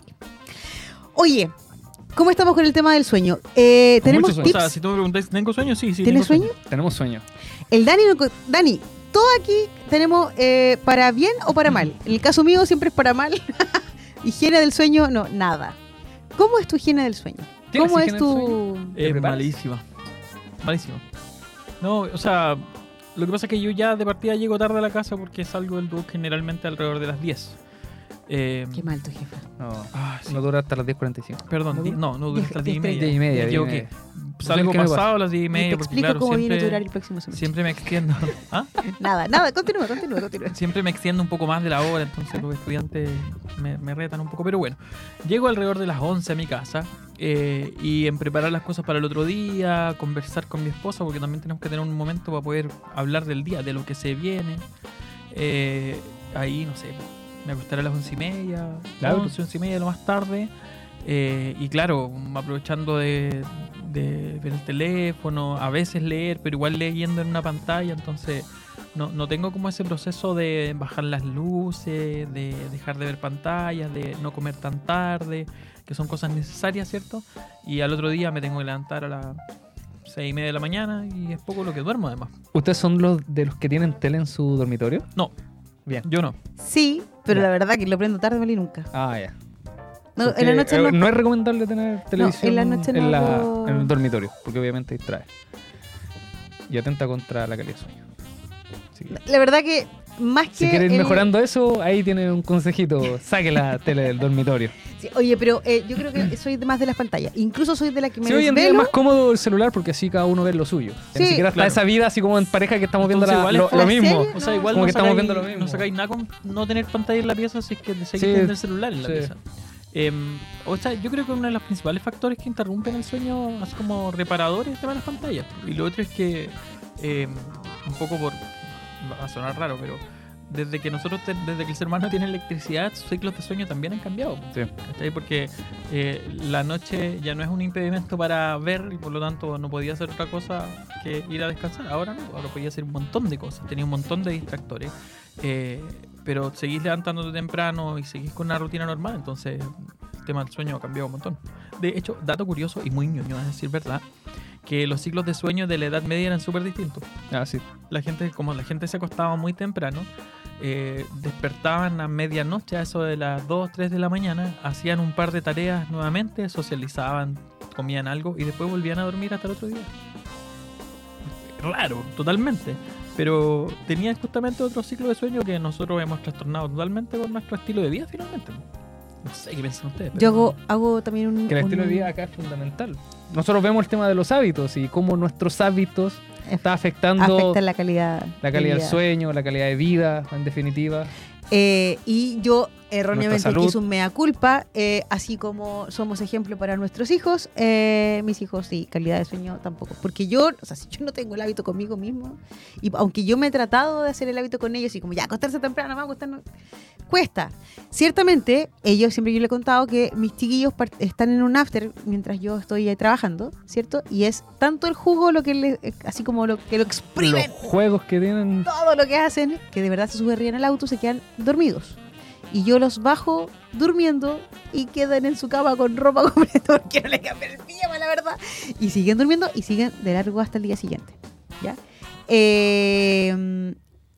Oye, ¿cómo estamos con el tema del sueño? Eh, ¿Tenemos Mucho sueño. tips? O sea, si tú me preguntáis, ¿tengo sueño? Sí, sí. ¿Tienes tengo sueño? Tenemos sueño. El Dani, no co- Dani, todo aquí tenemos eh, para bien o para mal. En el caso mío siempre es para mal. Higiene del sueño, no, nada. ¿Cómo es tu higiene del sueño? ¿Tienes ¿Cómo es higiene tu...? del sueño? ¿Te Es preparas? malísima. Malísima. No, o sea, lo que pasa es que yo ya de partida llego tarde a la casa porque salgo del bus generalmente alrededor de las diez. Eh, Qué mal tu jefa. No, ah, sí. no dura hasta las diez cuarenta y cinco. Perdón, ¿No di- dura? no, no dura Diez- hasta las diez y diez media. diez y media, Me diez y equivoqué. media. Salgo ¿Qué me pasa? pasado a las diez y Y media te porque explico claro, cómo viene tu siempre, horario el próximo semestre. siempre me extiendo. ¿Ah? Nada, nada, continúa, continúa, continúa. Siempre me extiendo un poco más de la hora, entonces los estudiantes me, me retan un poco. Pero bueno, llego alrededor de las once a mi casa eh, y en preparar las cosas para el otro día, conversar con mi esposa, porque también tenemos que tener un momento para poder hablar del día, de lo que se viene. Eh, ahí, no sé, me acostaré a las once y media, Claro. once, once y media lo más tarde. Eh, y claro, aprovechando de, de ver el teléfono, a veces leer, pero igual leyendo en una pantalla, entonces no, no tengo como ese proceso de bajar las luces, de dejar de ver pantallas, de no comer tan tarde, que son cosas necesarias, ¿cierto? Y al otro día me tengo que levantar a las seis y media de la mañana y es poco lo que duermo además. ¿Ustedes son los de los que tienen tele en su dormitorio? No, Bien. yo no. Sí, pero Ya. la verdad que lo prendo tarde, mal y nunca. Ah, ya. No, Porque, en la noche eh, no. no es recomendable tener televisión en la noche no la- lo- en el dormitorio, porque obviamente distrae. Y atenta contra la calidad de sueño. Así que, La verdad que más que... si quieren ir el- mejorando eso, ahí tienen un consejito. Saque la tele del dormitorio. Sí, oye, pero eh, yo creo que soy de más de las pantallas. Incluso soy de la que me Sí, hoy en día es desvelo. más cómodo el celular porque así cada uno ve lo suyo. Sí, Ni siquiera está claro. esa vida así como en pareja que estamos viendo Entonces, la- igual lo, es- lo ¿La mismo. serie? O sea, No, igual como no que estamos sacáis- viendo lo mismo. No sacáis nada con no tener pantalla en la pieza, así que seguís Sí. teniendo el celular en la Sí. pieza. Em, o sea, yo creo que uno de los principales factores que interrumpen el sueño, así como reparadores, es el tema de las pantallas. Y lo otro es que, em, un poco por. Va a sonar raro, pero desde que nosotros, te- desde que el ser humano tiene electricidad, sus ciclos de sueño también han cambiado. Sí. ¿Cachai? Porque eh, la noche ya no es un impedimento para ver y por lo tanto no podía hacer otra cosa que ir a descansar. Ahora no, ahora podía hacer un montón de cosas, tenía un montón de distractores. Eh, pero seguís levantándote temprano y seguís con una rutina normal, entonces el tema del sueño ha cambiado un montón. De hecho, dato curioso y muy ñoño, a decir verdad, que los ciclos de sueño de la Edad Media eran súper distintos. Ah, sí. La gente, como la gente se acostaba muy temprano, eh, despertaban a medianoche, a eso de las dos, tres de la mañana, hacían un par de tareas nuevamente, socializaban, comían algo y después volvían a dormir hasta el otro día. Raro, totalmente. Pero tenían justamente otro ciclo de sueño que nosotros hemos trastornado totalmente con nuestro estilo de vida finalmente. No sé qué piensan ustedes. Yo pero- hago, hago también un... Que el estilo un- de vida acá es fundamental. Nosotros vemos el tema de los hábitos y cómo nuestros hábitos está afectando afecta la calidad. la de calidad del vida. sueño, la calidad de vida, en definitiva. Eh, y yo erróneamente salud. hice un mea culpa, eh, así como somos ejemplo para nuestros hijos, eh, mis hijos sí, calidad de sueño tampoco. Porque yo, o sea, si yo no tengo el hábito conmigo mismo, y aunque yo me he tratado de hacer el hábito con ellos, y como ya acostarse temprano, vamos a acostarnos, cuesta. Ciertamente, ellos siempre yo le he contado que mis chiquillos part- están en un after mientras yo estoy ahí trabajando, ¿cierto? Y es tanto el jugo lo que le, eh, así como lo que lo exprimen, Los juegos que tienen. todo lo que hacen, que de verdad se suben al auto, se quedan dormidos. Y yo los bajo durmiendo y quedan en su cama con ropa completa porque no le cambian el pijama, la verdad. Y siguen durmiendo y siguen de largo hasta el día siguiente. ¿Ya? Eh,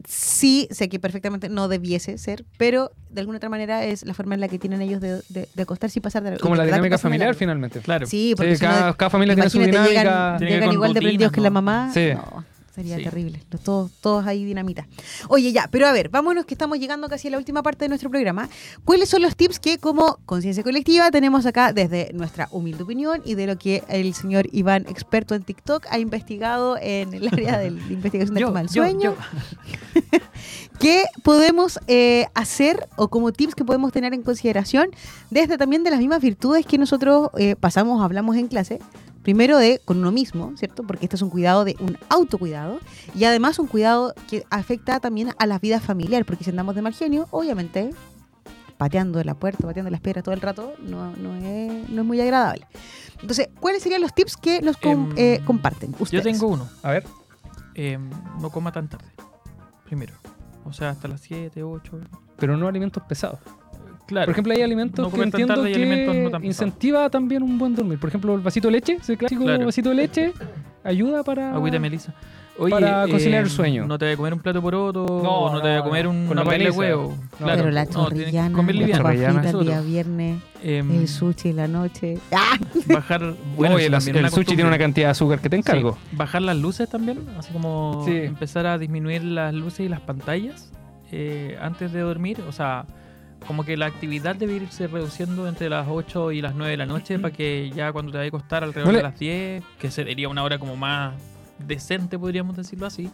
sí, sé que perfectamente no debiese ser, pero de alguna otra manera es la forma en la que tienen ellos de, de, de acostarse y pasar de Como de la verdad dinámica que pasan de familiar, largo. finalmente. Claro. Sí, porque Sí, si no, cada, cada familia tiene su imagínate, dinámica. llegan, Tiene que llegan con igual de rutinas, prendidos que ¿no? la mamá. Sí. No, sería Sí. terrible. Los- Todos, todos ahí dinamita. Oye, ya, pero a ver, vámonos que estamos llegando casi a la última parte de nuestro programa. ¿Cuáles son los tips que como Conciencia Colectiva tenemos acá desde nuestra humilde opinión y de lo que el señor Iván, experto en TikTok, ha investigado en el área de la investigación del Yo, tema del yo, sueño? yo. ¿Qué podemos eh, hacer o como tips que podemos tener en consideración desde también de las mismas virtudes que nosotros eh, pasamos, hablamos en clase? Primero de con uno mismo, ¿cierto? Porque esto es un cuidado de un autocuidado y además un cuidado que afecta también a la vida familiar, porque si andamos de mal genio, obviamente pateando la puerta, pateando las piedras todo el rato, no, no, es, no es muy agradable. Entonces, ¿cuáles serían los tips que nos com- Em, eh, comparten Yo ustedes? tengo uno. A ver. Eh, no coma tan tarde. Primero. O sea, hasta las siete, ocho. Pero no alimentos pesados. Claro. Por ejemplo, hay alimentos No que comer tan entiendo tarde y que alimentos no tan pesados. incentiva también un buen dormir. Por ejemplo, el vasito de leche, ese clásico Claro. vasito de leche, ayuda para... Agüita de melisa. Oye, para conciliar el eh, sueño. No te voy a comer un plato poroto, No, o no, te voy a no, comer no. un- Con una paila de longaniza. huevo. No, Claro. Pero la No, tienes que chorrillana, comer la liviano. chorrillana. papita el día Nosotros. viernes, Em, el sushi en la noche. ¡Ah! Bajar. Bueno, Oye, eso la- también es el una sushi tiene una costumbre. cantidad de azúcar que te encargo. Sí, bajar las luces también, así como Sí. empezar a disminuir las luces y las pantallas eh, antes de dormir. O sea, como que la actividad debe irse reduciendo entre las ocho y las nueve de la noche para que ya cuando te vayas a acostar alrededor Vale. de las diez, que sería una hora como más decente, podríamos decirlo así,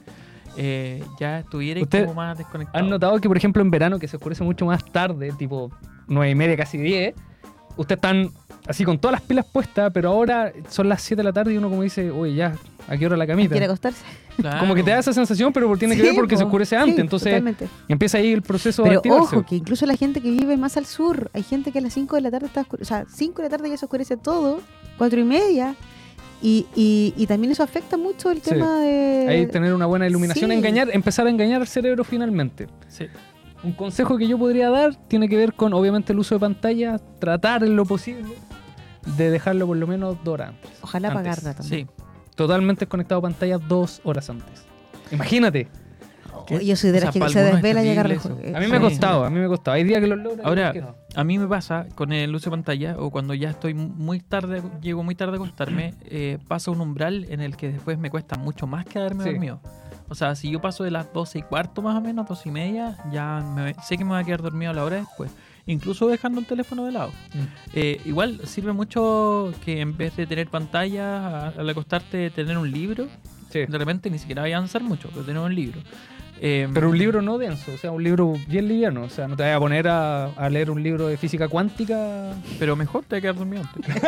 eh, ya estuviera ¿Usted como más desconectado. ¿Han notado que, por ejemplo, en verano, que se oscurece mucho más tarde, tipo nueve y media, casi diez, ustedes están así con todas las pilas puestas, pero ahora son las siete de la tarde y uno como dice, oye, ya, ¿a qué hora la camita? ¿Quiere acostarse? Claro. Como que te da esa sensación, pero tiene que Sí, ver porque se po. oscurece antes, Sí, entonces totalmente. empieza ahí el proceso de Pero activarse. ojo, que incluso la gente que vive más al sur, hay gente que a las cinco de la tarde está oscure- o sea, cinco de la tarde ya se oscurece todo, cuatro y media, y, y, y también eso afecta mucho el Sí. tema de... Ahí tener una buena iluminación, Sí. engañar, empezar a engañar al cerebro finalmente. Sí. Un consejo que yo podría dar tiene que ver con, obviamente, el uso de pantalla, tratar en lo posible de dejarlo por lo menos dos horas antes. Ojalá Antes. apagarla también. Sí. Totalmente desconectado a pantalla dos horas antes. Imagínate. Oh, yo soy de O sea, las que para se algunos es desvela y agarra el terrible juego. A mí Eh, me ha Sí. costado, a mí me ha costado. Hay días que lo logro y Ahora, días que no. a mí me pasa con el uso de pantalla o cuando ya estoy muy tarde, llego muy tarde a acostarme, eh, pasa un umbral en el que después me cuesta mucho más quedarme Sí. dormido. O sea, si yo paso de las doce y cuarto más o menos, doce y media, ya me- sé que me voy a quedar dormido a la hora después. Incluso dejando el teléfono de lado. Eh, igual sirve mucho que en vez de tener pantalla, a- al acostarte, tener un libro. Sí. De repente ni siquiera vaya a avanzar mucho, pero tener un libro. Eh, Pero un libro no denso, o sea, un libro bien liviano. O sea, no te vayas a poner a, a leer un libro de física cuántica Pero mejor te voy a quedar dormido antes.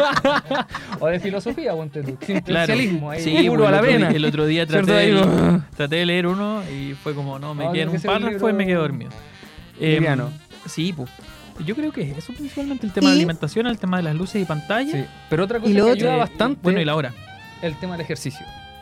o de filosofía, ponte tú. Sin Claro. especialismo, ahí Sí, puro pues, a la el, otro, vena. di- el otro día ¿Cierto? traté Ahí de, como- traté de leer uno y fue como, no, me No, quedé en tiene que un ser un párrafo y me libro quedé dormido. Em, liviano. sí, pues. Yo creo que eso principalmente el tema de Y- alimentación, el tema de las luces y pantalla. Sí. Pero otra cosa Y lo que otro- ayuda Eh, bastante Bueno, y la hora. el tema del ejercicio.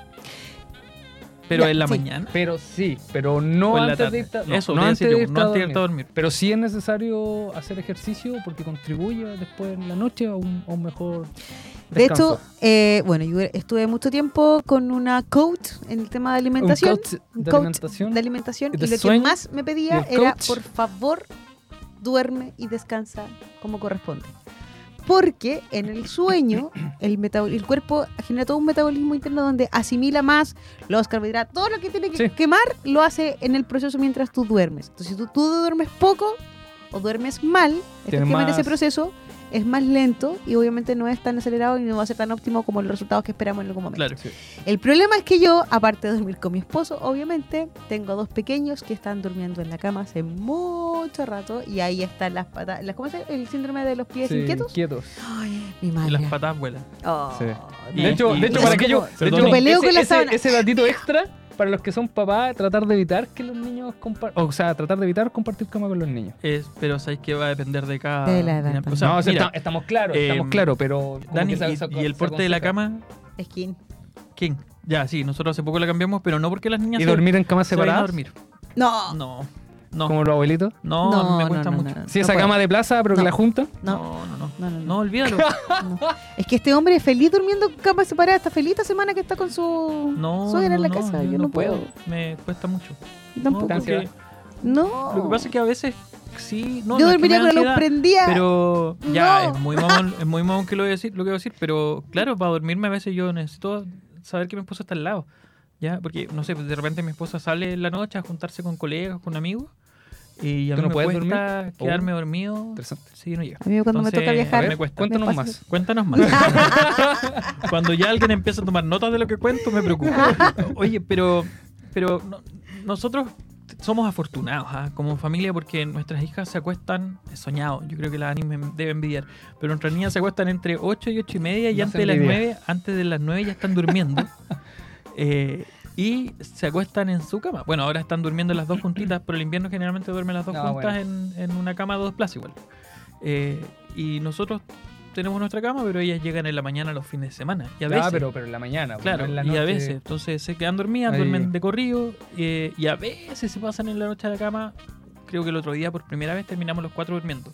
Pero Ya, en la sí. mañana. Pero sí, pero no o en la antes de tarde. irte a- no, Eso, no voy a antes decir de yo, irte no a antes de irte a dormir. dormir. Pero sí es necesario hacer ejercicio porque contribuye después en la noche a un, a un mejor De descanso. hecho, eh, bueno, yo estuve mucho tiempo con una coach en el tema de alimentación. Un coach un de coach alimentación. de alimentación, y y de lo que sueño, más me y pedía el era, coach. por favor, duerme y descansa como corresponde. Porque en el sueño el, metabol- el cuerpo genera todo un metabolismo interno donde asimila más los carbohidratos, todo lo que tiene que Sí. quemar lo hace en el proceso mientras tú duermes. Entonces, si tú, tú duermes poco o duermes mal, Tienes efectivamente más- ese proceso es más lento y obviamente no es tan acelerado y no va a ser tan óptimo como los resultados que esperamos en algún momento. Claro. Sí. El problema es que yo, aparte de dormir con mi esposo, obviamente, tengo dos pequeños que están durmiendo en la cama hace mucho rato y ahí están las patas, las, ¿cómo se llama? ¿El síndrome de los pies Sí, inquietos? quietos. Ay, mi Y madre. las patas vuelan. Oh, Sí. no. De hecho, y- de hecho y- para es que yo, como- de Perdón, hecho, yo peleo ese, con la ese- sábana. ese datito extra para los que son papás, tratar de evitar que los niños compartan, o sea, tratar de evitar compartir cama con los niños. Es, pero sabéis que va a depender de cada. De la edad dinam- también. O sea, no, o sea, mira, esta- estamos claros, eh, estamos claros, pero como Dani, que se- y, se- y el se porte de la aconseja. cama, Skin. ¿quién? Ya, sí, nosotros hace poco la cambiamos, pero no porque las niñas Y se- dormir en camas se vayan a separadas. dormir. No. No. No, como los abuelitos. no, No, a mí me no, cuesta no, mucho. no, no. Sí, esa puedo. cama de plaza, pero que No. la juntan. No. No, no, no. No, no, No, no. olvídalo. No. Es que este hombre es feliz durmiendo en cama separada. Está feliz esta semana que está con su No, suegra en no, la no, casa. Yo, yo no puedo. Me cuesta mucho. Yo tampoco. No, porque No. lo que pasa es que a veces sí, no, Yo no es que dormiría me con da la luz ansiedad, prendida. pero ya No. es muy mamón, es muy mamón que lo voy a decir, lo que voy a decir, pero claro, para dormirme a veces yo necesito saber que mi esposa está al lado. Ya, porque no sé, de repente mi esposa sale en la noche a juntarse con colegas, con amigos y a ¿Tú mí no me puedes cuesta dormir? quedarme Oh. dormido. Interesante. Sí, no llega. A mí cuando me Entonces, toca viajar, A ver, me cuesta. cuéntanos Me pasa más. Cuéntanos más. Cuando ya alguien empieza a tomar notas de lo que cuento, me preocupa. Oye, pero, pero no- nosotros somos afortunados ¿ah? Como familia porque nuestras hijas se acuestan, he soñado, yo creo que la Dani me debe envidiar, pero nuestras niñas se acuestan entre ocho y ocho y media y No antes se de las envidia. nueve, antes de las nueve ya están durmiendo. Eh, y se acuestan en su cama. Bueno, ahora están durmiendo las dos juntitas, pero el invierno generalmente duermen las dos No, juntas bueno. en, en una cama de dos plazas igual. Eh, y nosotros tenemos nuestra cama, pero ellas llegan en la mañana los fines de semana. Y a veces, Ah, pero, pero en la mañana. claro, no en la y a noche. veces, entonces se quedan dormidas, Ahí. duermen de corrido, eh, y a veces se pasan en la noche a la cama. Creo que el otro día por primera vez terminamos los cuatro durmiendo.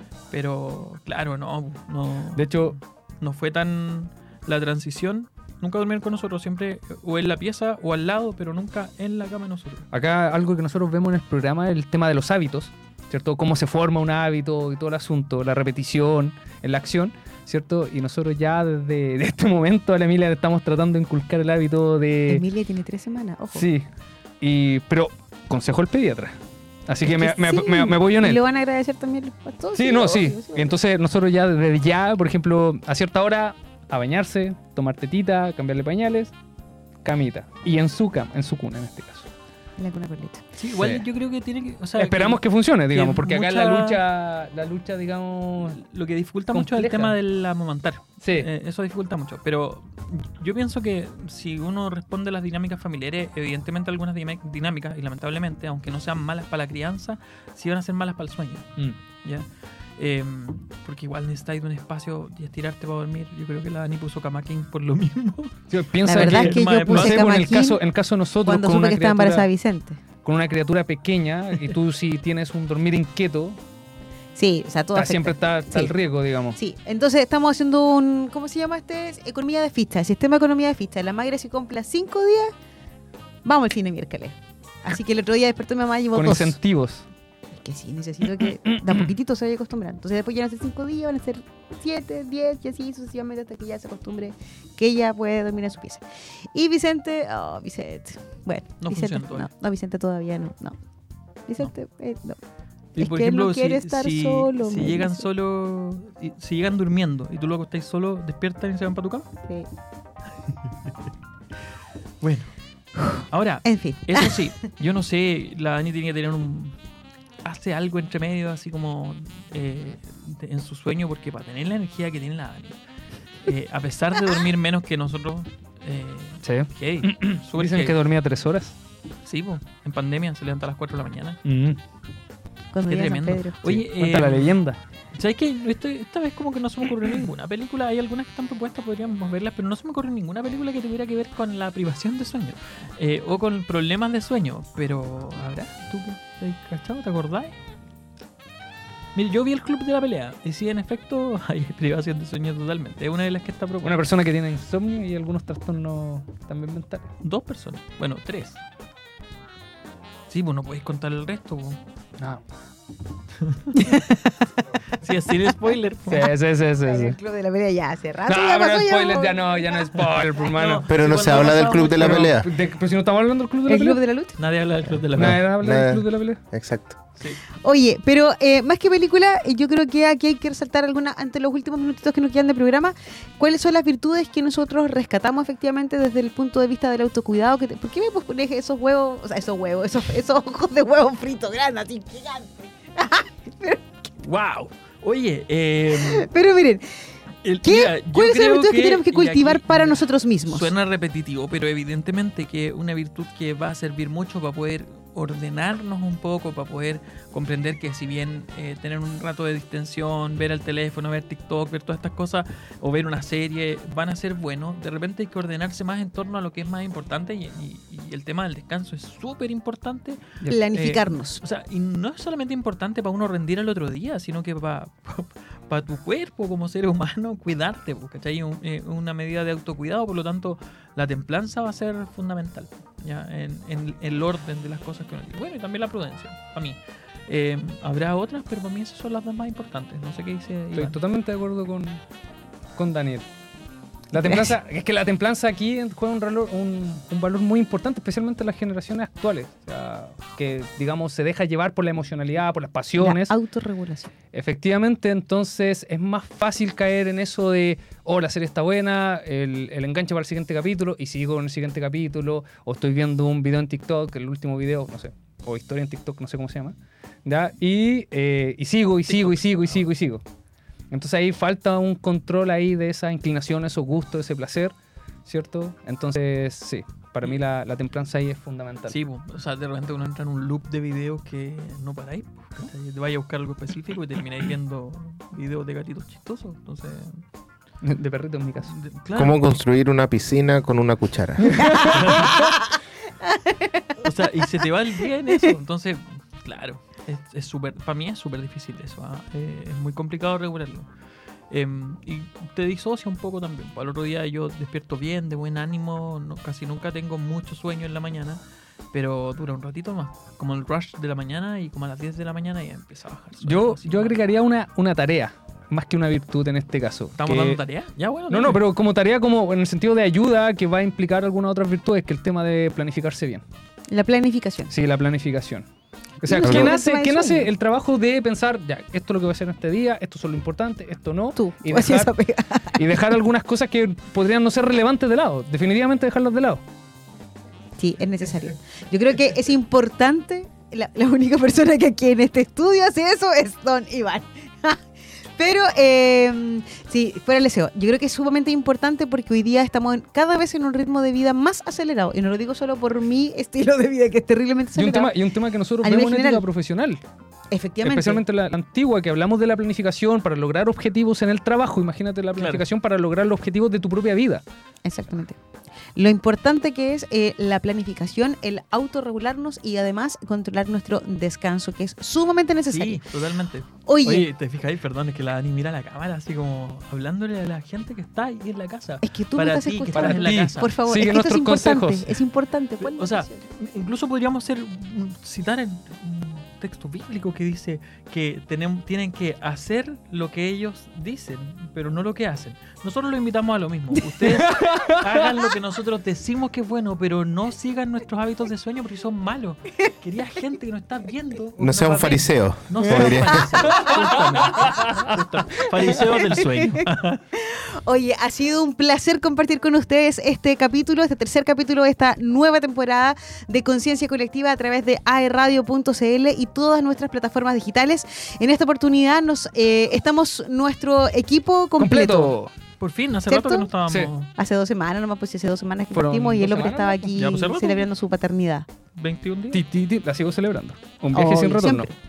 Pero claro, no, no, De hecho, no fue tan la transición. Nunca durmieron con nosotros, siempre o en la pieza o al lado, pero nunca en la cama de nosotros. acá algo que nosotros vemos en el programa es el tema de los hábitos, ¿cierto? Cómo se forma un hábito y todo el asunto, la repetición en la acción, ¿cierto? Y nosotros ya desde de este momento a la Emilia le estamos tratando de inculcar el hábito de... Emilia tiene tres semanas, ojo. Sí, y, pero consejo el pediatra. Así que, Es me, que me, sí. me- me apoyo en Y él. lo van a agradecer también los pastores. Sí, no, sí. obvio, Y entonces nosotros ya desde ya, por ejemplo, a cierta hora, a bañarse, tomar tetita, cambiarle pañales, camita. Y en su cama, en su cuna en este caso. La cuna con leche. Sí, igual Sí. yo creo que tiene que. O sea, Esperamos que, funcione, digamos, que porque acá la mucha- lucha, la lucha, digamos... lo que dificulta mucho es el compleja. tema del amamantar. Sí. Eh, eso dificulta mucho. Pero yo pienso que si uno responde a las dinámicas familiares, evidentemente algunas dime- dinámicas, y lamentablemente, aunque no sean malas para la crianza, sí van a ser malas para el sueño. Mm. ¿Ya? Eh, porque igual necesitáis de un espacio y estirarte para dormir. Yo creo que la Dani puso Cama King por lo mismo. Sí, piensa La verdad que, es que no yo sé, no puse sé, pues, en el camaquín caso, en el caso de nosotros, cuando con supe una, que estaba embarazada criatura, Vicente. con una criatura pequeña, y tú si tienes un dormir inquieto, Sí, o sea, todo está- afecta. siempre está, está Sí. el riesgo, digamos. Sí, entonces estamos haciendo un, ¿cómo se llama este? Economía de ficha, sistema de economía de ficha. La Magre si compra cinco días, vamos al cine miércoles. Así que el otro día despertó mi mamá y llevó Con dos. incentivos. Que sí, necesito que de a poquitito se vaya acostumbrando. Entonces después ya van a ser cinco días, van a ser siete, diez y así sucesivamente hasta que ya se acostumbre que ella puede dormir en su pieza. Y Vicente, oh, Vicente. Bueno, No Vicente, funciona todavía. no, no, Vicente todavía no, no. Vicente, eh, no. Y Es por que él ejemplo, no quiere si, estar si- solo, si me llegan dice. solo, y- si llegan durmiendo y tú luego estáis solo, despiertan y se van para tu cama. Sí. Bueno, ahora, En fin. eso sí, yo no sé, la Dani tiene que tener un. Hace algo entre medio, así como eh, de- en su sueño, porque para tener la energía que tiene la Dani, eh, a pesar de dormir menos que nosotros, eh, Sí. heavy, súper Dicen heavy. que dormía tres horas. Sí, po, en pandemia se levanta a las cuatro de la mañana. Mm. Cuando Qué llega San tremendo. Pedro. Oye, Cuenta eh, la leyenda. ¿sabes qué? Este- esta vez como que no se me ocurrió ninguna película. Hay algunas que están propuestas, podríamos verlas, pero no se me ocurrió ninguna película que tuviera que ver con la privación de sueño eh, o con problemas de sueño. Pero, ¿habrá? ¿Tú qué? ¿Te has cachado? ¿Te acordáis? Mire, yo vi el Club de la Pelea y sí, en efecto, hay privación de sueño totalmente. Es una de las que está Una propuesta. persona que tiene insomnio y algunos trastornos también mentales. Dos personas. Bueno, tres. Sí, pues no podéis contar el resto. Pues. Ah. Sí, así de spoiler. Sí, pues. sí, sí, sí, En sí. el club de la pelea ya hace rato. No, ya pero pasó, spoiler ya, ya no, ya no es spoiler, pues, hermano. Pero no Sí, se cuando habla del pasaba club de la mucho- pelea. Pero, de- pero si no estamos hablando del club de la ¿El club pelea. de la lucha? Nadie habla del Club de la Pelea. Nadie habla del Nadie. club de la pelea. Exacto. Sí. Oye, pero eh, más que película, eh, yo creo que aquí hay que resaltar algunas, ante los últimos minutitos que nos quedan de programa, cuáles son las virtudes que nosotros rescatamos efectivamente desde el punto de vista del autocuidado. Que te- ¿Por qué me pones esos huevos, o sea, esos huevos, esos, esos ojos de huevo fritos grandes, así gigantes? ¡Wow! Oye, eh, Pero miren, el- ¿qué? mira, yo ¿cuáles son las creo virtudes que, tenemos que y cultivar aquí para nosotros mismos? Suena repetitivo, pero evidentemente que una virtud que va a servir mucho para poder ordenarnos un poco, para poder comprender que si bien eh, tener un rato de distensión, ver el teléfono, ver TikTok, ver todas estas cosas, o ver una serie, van a ser buenos, de repente hay que ordenarse más en torno a lo que es más importante y, y- y y el tema del descanso es súper importante. Planificarnos. Eh, o sea, y no es solamente importante para uno rendir al otro día, sino que para pa tu cuerpo como ser humano, cuidarte, ¿cachai? Un, eh, una medida de autocuidado, por lo tanto, la templanza va a ser fundamental, ¿ya? En, en, en el orden de las cosas que uno tiene. Bueno, y también la prudencia, para mí. Eh, habrá otras, pero para mí esas son las dos más importantes. No sé qué dice Iván. Estoy totalmente de acuerdo con, con Daniel. La templanza, es que la templanza aquí juega un valor, un, un valor muy importante, especialmente en las generaciones actuales. O sea, que, digamos, se deja llevar por la emocionalidad, por las pasiones. La autorregulación. Efectivamente, entonces es más fácil caer en eso de, oh, la serie está buena, el, el enganche para el siguiente capítulo, y sigo en el siguiente capítulo, o estoy viendo un video en TikTok, el último video, no sé, o historia en TikTok, no sé cómo se llama, ¿ya? Y, eh, y sigo, y sigo, y sigo, y sigo, y sigo. Entonces ahí falta un control ahí de esa inclinación, esos gustos, ese placer, ¿cierto? Entonces, sí, para mí la, la templanza ahí es fundamental. Sí, pues, o sea, de repente uno entra en un loop de videos que no paráis. Pues, te vayas a buscar algo específico y termináis viendo videos de gatitos chistosos. Entonces, de perrito en mi caso. de- claro. ¿Cómo construir una piscina con una cuchara? O sea, y se te va el día en eso. Entonces, claro, es, es súper, para mí es súper difícil eso. ¿ah? Eh, es muy complicado regularlo. Eh, y te disocia un poco también. Al otro día yo despierto bien, de buen ánimo. No, casi nunca tengo mucho sueño en la mañana. Pero dura un ratito más. Como el rush de la mañana y como a las diez de la mañana ya empieza a bajar. sueño, Yo, así yo como- agregaría una, una tarea, más que una virtud en este caso. ¿Estamos que- dando tarea? Ya, bueno. No, dale. no, pero como tarea, como en el sentido de ayuda, que va a implicar algunas otras virtudes, que el tema de planificarse bien. La planificación. Sí, la planificación. O sea, Sí, no ¿quién solo el hace, tema de ¿quién hace sueño. el trabajo de pensar, ya, esto es lo que voy a hacer en este día, esto es lo importante, esto no? Tú. Y Así dejar, esa pega. y dejar algunas cosas que podrían no ser relevantes de lado. Definitivamente dejarlas de lado. Sí, es necesario. Yo creo que es importante. La, la única persona que aquí en este estudio hace eso es Don Iván. Pero, eh, sí, fuera el deseo. Yo creo que es sumamente importante porque hoy día estamos en- cada vez en un ritmo de vida más acelerado. Y no lo digo solo por mi estilo de vida, que es terriblemente Y un, acelerado. tema, y un tema que nosotros A vemos nivel en ética general. profesional. Efectivamente. Especialmente la, la antigua, que hablamos de la planificación para lograr objetivos en el trabajo. Imagínate la Claro. planificación para lograr los objetivos de tu propia vida. Exactamente. Lo importante que es eh, la planificación, el autorregularnos y además controlar nuestro descanso, que es sumamente necesario. Sí, totalmente. Oye, Oye, te fijáis, perdón, es que la Dani mira la cámara así como hablándole a la gente que está ahí en la casa. es que tú para me estás ti, que escuchando. estás en la ti. casa. Por favor, Sigue es que esto es nuestros importante. consejos. Es importante. Ponle O sea, atención. incluso podríamos ser, un- citar en un texto bíblico que dice que tenemos, tienen que hacer lo que ellos dicen, pero no lo que hacen. Nosotros lo invitamos a lo mismo. Ustedes hagan lo que nosotros decimos que es bueno, pero no sigan nuestros hábitos de sueño porque son malos. Quería gente que nos está viendo. o No que sea nos un va a ver. fariseo. No sean Podría- fariseos. Justamente. Justo. Fariseos del sueño. Oye, ha sido un placer compartir con ustedes este capítulo, este tercer capítulo de esta nueva temporada de Conciencia Colectiva a través de aerradio punto c l y todas nuestras plataformas digitales. En esta oportunidad nos eh, estamos nuestro equipo completo. Por fin, hace ¿Cierto? rato que no estábamos. Sí. Hace dos semanas, nomás pues hace dos semanas que Fueron partimos y el dos hombre semanas, estaba aquí Ya, pues, hace rato. celebrando su paternidad. veintiún días. Ti, ti, ti, la sigo celebrando. Un viaje Oh, sin retorno. siempre.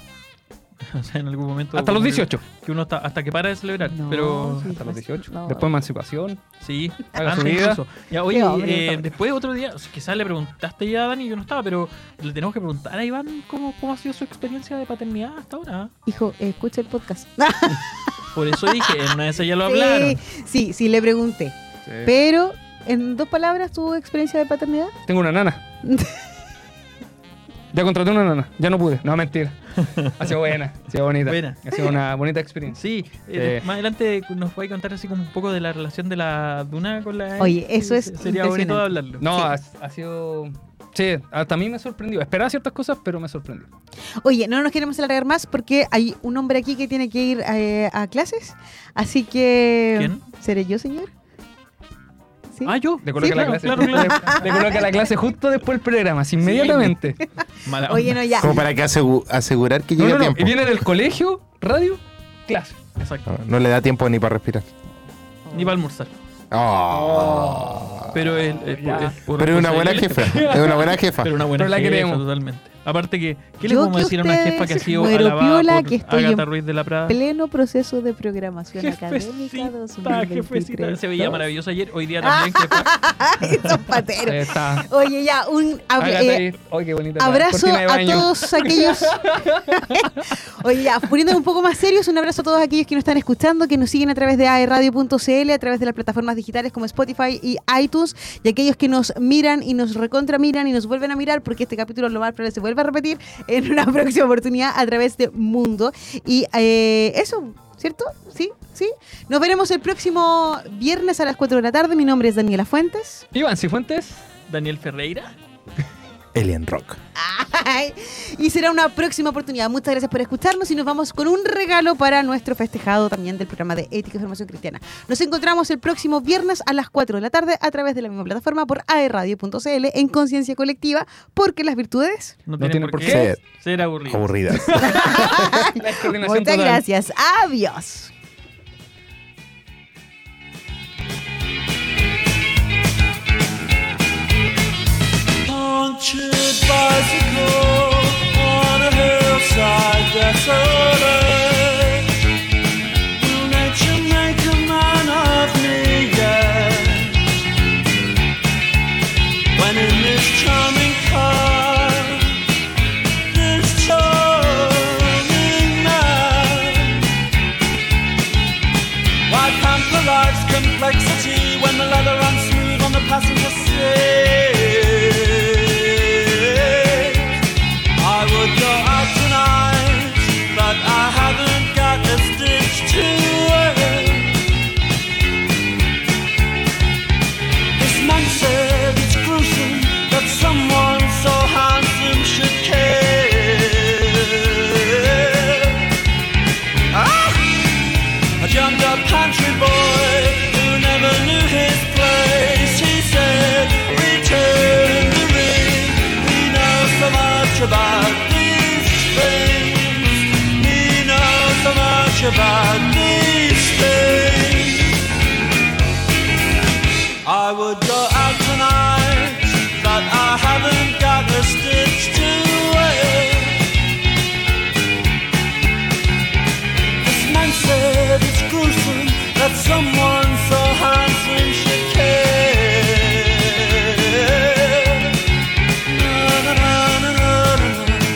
O sea, en algún momento. Hasta los como que- dieciocho. Que uno está, hasta que para de celebrar. No, pero. sí. Hasta los dieciocho. No. Después emancipación. Sí, Haga su antes vida. incluso. Ya, oye, Qué hombre, eh, qué hombre. después otro día, o sea, quizás le preguntaste ya a Dani, yo no estaba, pero le tenemos que preguntar a Iván cómo, cómo ha sido su experiencia de paternidad hasta ahora. Hijo, eh, escucha el podcast. Por eso dije, en una de esas ya lo hablaron. Sí, sí, sí, le pregunté. Sí. Pero, en dos palabras, ¿tu experiencia de paternidad? Tengo una nana. Ya contraté una nana. Ya no pude. No, mentira. Ha sido buena. Ha sido bonita. Buena. Ha sido una bonita experiencia. Sí, eh, Sí. más adelante nos voy a contar así como un poco de la relación de la Duna con la... Oye, eso es Sería bonito de hablarlo. No, Sí. ha, ha sido... Sí, hasta a mí me sorprendió. Esperaba ciertas cosas, pero me sorprendió. Oye, no nos queremos alargar más porque hay un hombre aquí que tiene que ir eh, a clases. Así que... ¿Quién? ¿Seré yo, señor? ¿Sí? Ah, yo. Le coloca, Sí, la, claro, clase, claro, claro. Le, le coloca la clase justo después del programa, así, inmediatamente. Mala Oye, onda. no, ya. Como para que asegu- asegurar que No, llegue no, a no. tiempo. Y viene del colegio, radio, clase. Exacto. No, no le da tiempo ni para respirar. Ni para almorzar. Oh. Pero es, es por- Ya. es por Pero es una buena responsabilidad. jefa. Es una buena jefa. Pero una buena Pero la jefa, queremos. totalmente. Aparte que, ¿qué le Yo podemos que decir a una jefa que ha ustedes, sido muero alabada piola, por que estoy Agatha en Ruiz de la Prada? Pleno proceso de programación académica Jefecita, dos mil veintitrés. jefecita. Se veía maravilloso ayer, hoy día Ah. también, jefa. Ay, son pateros. Ahí está. Oye, ya, un ab- Agatha eh, ahí. Ay, qué bonita la abrazo cortina de a baño. todos aquellos. Oye, ya, poniéndome un poco más serios, un abrazo a todos aquellos que nos están escuchando, que nos siguen a través de aerradio punto c l, a través de las plataformas digitales como Spotify y iTunes, y aquellos que nos miran y nos recontra miran y nos vuelven a mirar, porque este capítulo lo más probable se vuelve a repetir en una próxima oportunidad a través de Mundo. Y eh, eso, ¿cierto? Sí, sí. Nos veremos el próximo viernes a las cuatro de la tarde. Mi nombre es Daniela Fuentes. Iván Cifuentes. Daniel Ferreira. Alien Rock. Ay, y será una próxima oportunidad. Muchas gracias por escucharnos y nos vamos con un regalo para nuestro festejado también del programa de Ética y Formación Cristiana. Nos encontramos el próximo viernes a las cuatro de la tarde a través de la misma plataforma por aerradio punto c l en Conciencia Colectiva, porque las virtudes... No, No tienen por qué ser ser aburrido. Aburridas. La coordinación Muchas total. gracias. Adiós. Punctured bicycle on a hillside desolate. Will nature make a man of me yet? When in this charming car, this charming man, why pamper life's complexity when the leather runs smooth on the passenger seat? I would go out tonight, but I haven't got a stitch to wear. This man said it's gruesome that someone so handsome should care. Ah! A jumped up country boy who never knew his place. He said, return the ring. He knows so much about these things. He knows so much about these things. I would go out tonight, but I haven't got a stitch to wear. This man said it's gruesome that someone so handsome should care. Na, na, na, na, na, na.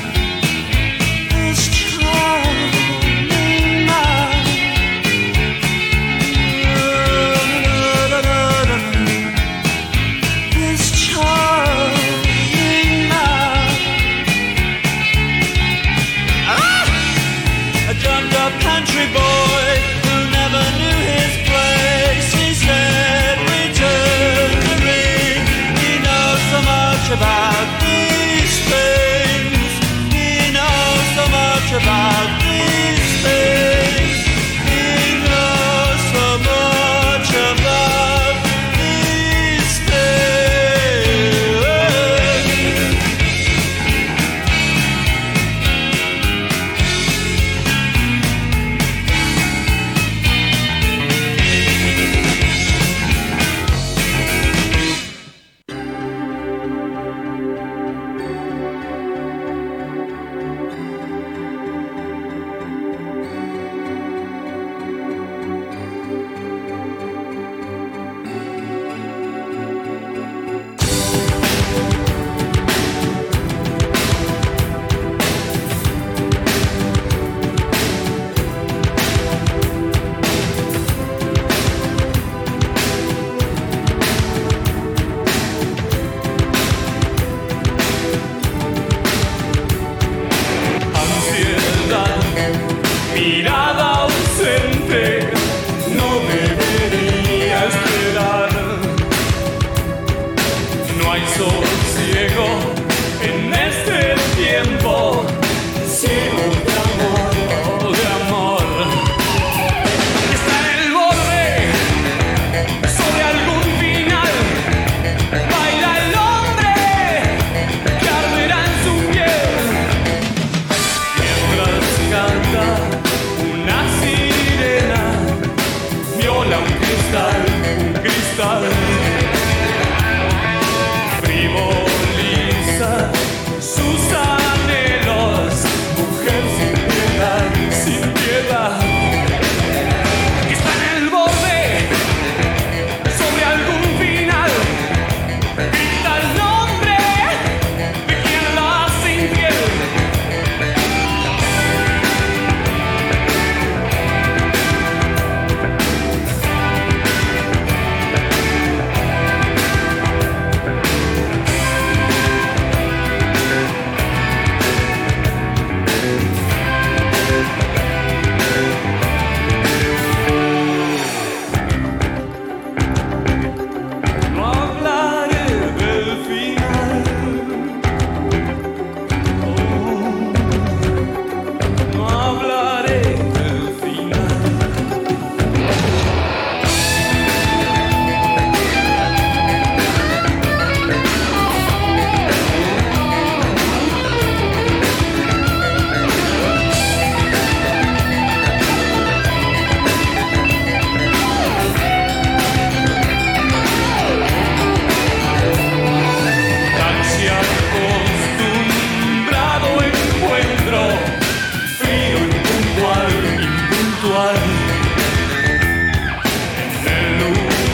This charming man. Na, na, na, na, na, na. This charming man.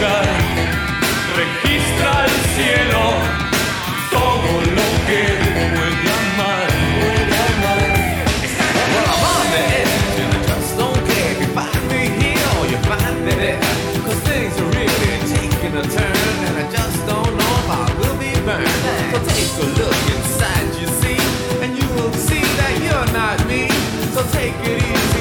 lugar. Registra el cielo todo lo que puede amar. Well, I'm on the edge and I just don't care if you find me here or you find me there. Cause things are really taking a turn and I just don't know if I will be burned. So take a look inside, you see, and you will see that you're not me. So take it easy.